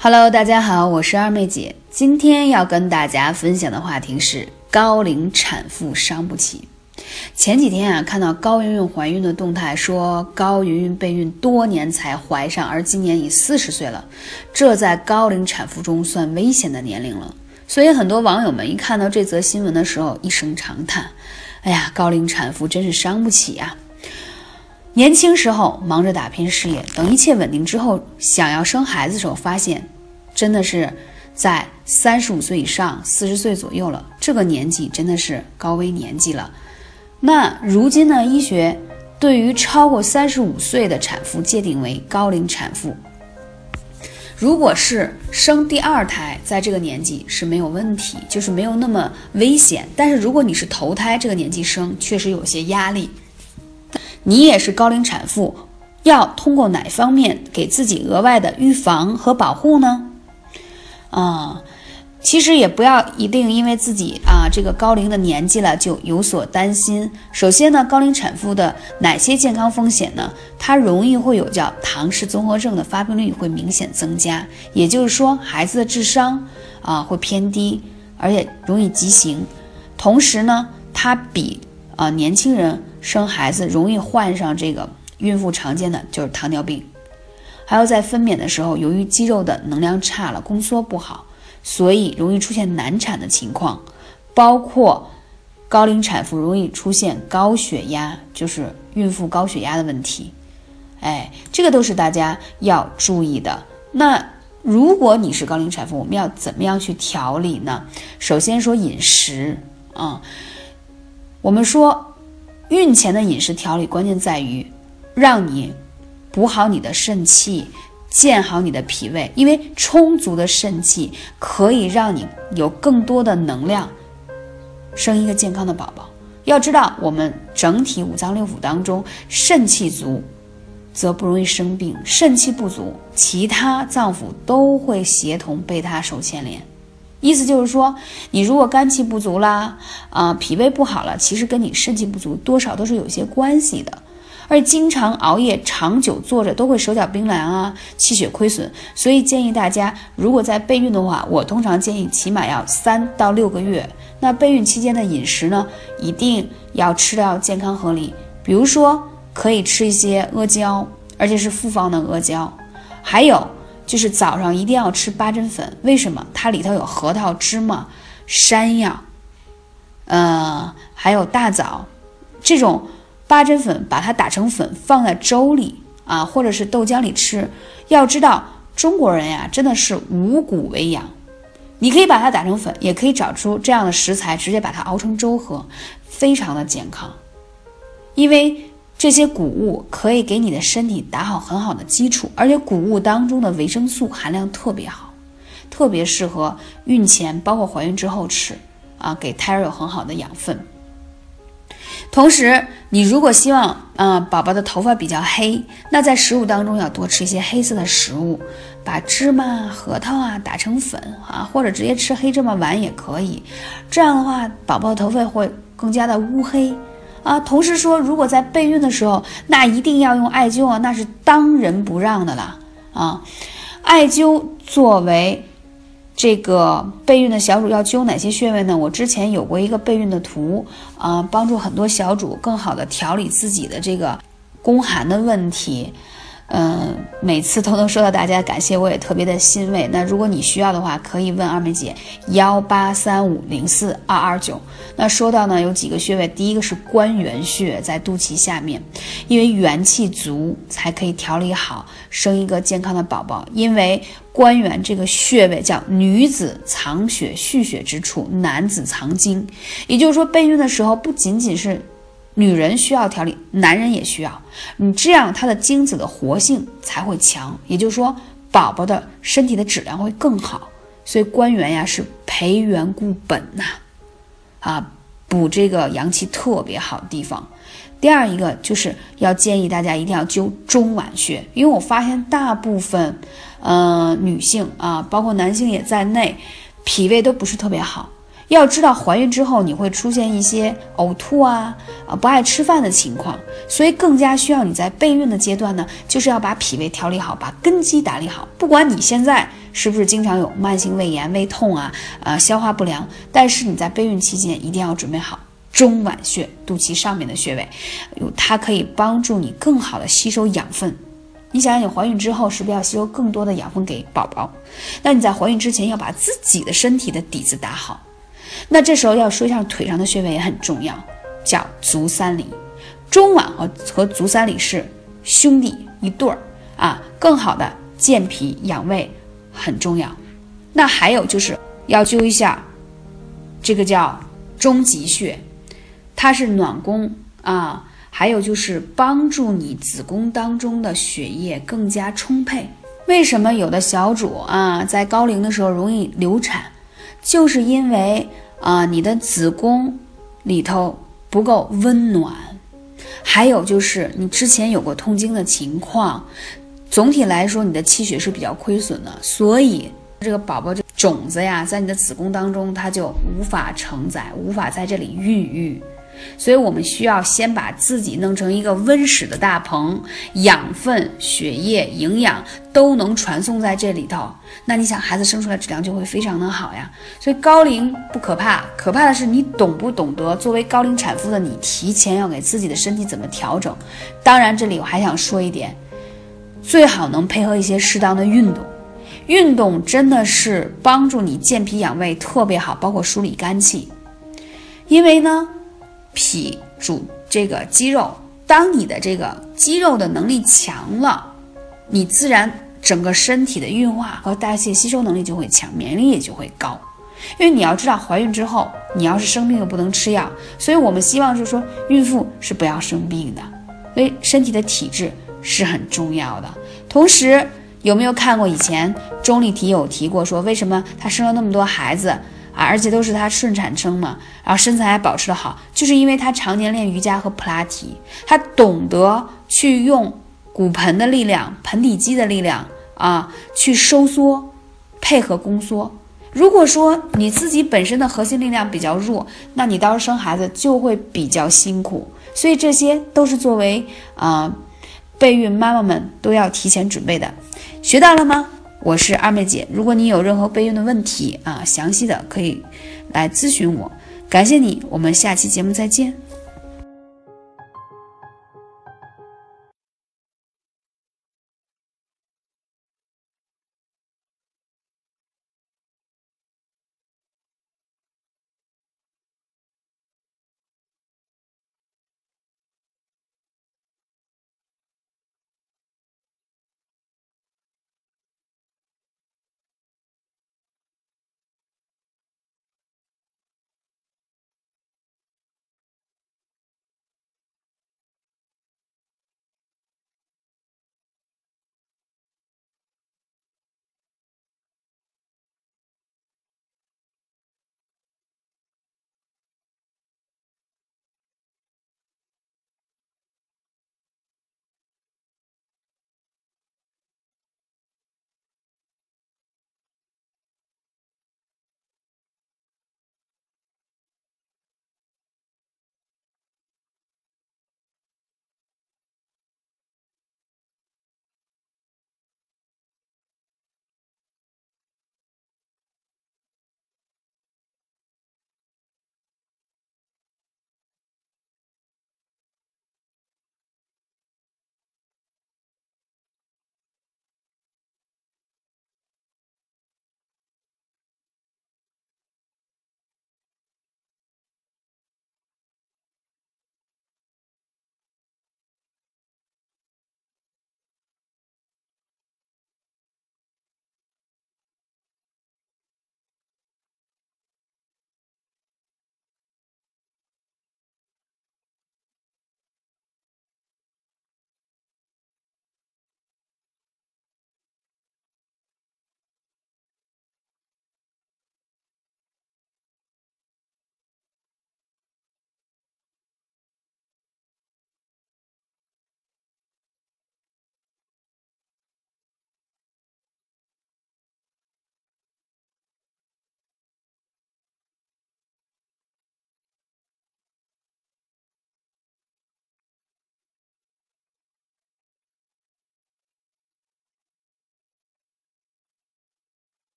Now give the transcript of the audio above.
Hello， 大家好，我是二妹姐。今天要跟大家分享的话题是高龄产妇伤不起。前几天看到高云云怀孕的动态，说高云云备孕多年才怀上，而今年已40岁了，这在高龄产妇中算危险的年龄了。所以很多网友们一看到这则新闻的时候，一声长叹：哎呀，高龄产妇真是伤不起啊！年轻时候忙着打拼事业，等一切稳定之后，想要生孩子的时候，发现真的是在35岁以上40岁左右了，这个年纪真的是高危年纪了。那如今呢，医学对于超过35岁的产妇界定为高龄产妇。如果是生第二胎，在这个年纪是没有问题，就是没有那么危险。但是如果你是头胎这个年纪生，确实有些压力。你也是高龄产妇，要通过哪方面给自己额外的预防和保护呢？其实也不要一定因为自己这个高龄的年纪了就有所担心。首先呢，高龄产妇的哪些健康风险呢？它容易会有叫唐氏综合症的发病率会明显增加，也就是说孩子的智商会偏低，而且容易畸形。同时呢，它比年轻人生孩子容易患上这个孕妇常见的就是糖尿病。还有在分娩的时候，由于肌肉的能量差了，宫缩不好，所以容易出现难产的情况。包括高龄产妇容易出现高血压，就是孕妇高血压的问题。这个都是大家要注意的。那如果你是高龄产妇，我们要怎么样去调理呢？首先说饮食我们说孕前的饮食调理关键在于让你补好你的肾气，健好你的脾胃，因为充足的肾气可以让你有更多的能量生一个健康的宝宝。要知道我们整体五脏六腑当中，肾气足则不容易生病，肾气不足，其他脏腑都会协同被它受牵连。意思就是说，你如果肝气不足啦，脾胃不好了，其实跟你肾气不足多少都是有些关系的。而经常熬夜、长久坐着都会手脚冰凉气血亏损。所以建议大家，如果在备孕的话，我通常建议起码要3到6个月。那备孕期间的饮食呢，一定要吃到健康合理，比如说可以吃一些阿胶，而且是复方的阿胶。还有就是早上一定要吃八珍粉，为什么？它里头有核桃、芝麻、山药，还有大枣，这种八珍粉把它打成粉放在粥里或者是豆浆里吃。要知道中国人呀，真的是五谷为养，你可以把它打成粉，也可以找出这样的食材直接把它熬成粥喝，非常的健康。因为这些谷物可以给你的身体打好很好的基础，而且谷物当中的维生素含量特别好，特别适合孕前包括怀孕之后吃给胎儿有很好的养分。同时你如果希望宝宝的头发比较黑，那在食物当中要多吃一些黑色的食物，把芝麻、核桃打成粉或者直接吃黑芝麻丸也可以。这样的话，宝宝的头发会更加的乌黑同时说，如果在备孕的时候，那一定要用艾灸那是当仁不让的啦艾灸作为这个备孕的小主要灸哪些穴位呢？我之前有过一个备孕的图帮助很多小主更好的调理自己的这个宫寒的问题。每次都能收到大家感谢，我也特别的欣慰。那如果你需要的话，可以问二妹姐183504229。那说到呢，有几个穴位，第一个是关元穴，在肚脐下面，因为元气足才可以调理好生一个健康的宝宝。因为关元这个穴位叫女子藏血蓄血之处，男子藏精，也就是说备孕的时候不仅仅是女人需要调理，男人也需要，你这样他的精子的活性才会强，也就是说宝宝的身体的质量会更好。所以关元是培元固本补这个阳气特别好的地方。第二一个就是要建议大家一定要灸中脘穴，因为我发现大部分女性包括男性也在内，脾胃都不是特别好。 要知道怀孕之后你会出现一些呕吐不爱吃饭的情况，所以更加需要你在备孕的阶段呢，就是要把脾胃调理好，把根基打理好。不管你现在是不是经常有慢性胃炎、胃痛消化不良，但是你在备孕期间一定要准备好中脘穴，肚脐上面的穴位，它可以帮助你更好的吸收养分。你想想，你怀孕之后是不是要吸收更多的养分给宝宝？那你在怀孕之前要把自己的身体的底子打好。那这时候要说一下腿上的穴位也很重要，叫足三里。中脘和足三里是兄弟一对儿更好的健脾养胃很重要。那还有就是要灸一下这个叫中极穴，它是暖宫还有就是帮助你子宫当中的血液更加充沛。为什么有的小主在高龄的时候容易流产，就是因为你的子宫里头不够温暖，还有就是你之前有过痛经的情况，总体来说你的气血是比较亏损的，所以这个宝宝种子在你的子宫当中它就无法承载，无法在这里孕育。所以我们需要先把自己弄成一个温室的大棚，养分、血液、营养都能传送在这里头，那你想孩子生出来质量就会非常的好呀。所以高龄不可怕，可怕的是你懂不懂得作为高龄产妇的你提前要给自己的身体怎么调整。当然这里我还想说一点，最好能配合一些适当的运动，运动真的是帮助你健脾养胃特别好，包括梳理肝气。因为呢脾主这个肌肉，当你的这个肌肉的能力强了，你自然整个身体的运化和代谢吸收能力就会强，免疫力也就会高。因为你要知道怀孕之后你要是生病又不能吃药，所以我们希望就是说孕妇是不要生病的，所以身体的体质是很重要的。同时有没有看过以前钟丽缇有提过说为什么她生了那么多孩子而且都是她顺产生嘛，然后身材还保持得好，就是因为她常年练瑜伽和普拉提，她懂得去用骨盆的力量、盆底肌的力量去收缩，配合宫缩。如果说你自己本身的核心力量比较弱，那你到时候生孩子就会比较辛苦。所以这些都是作为备孕妈妈们都要提前准备的。学到了吗？我是二妹姐，如果你有任何备孕的问题详细的可以来咨询我。感谢你，我们下期节目再见。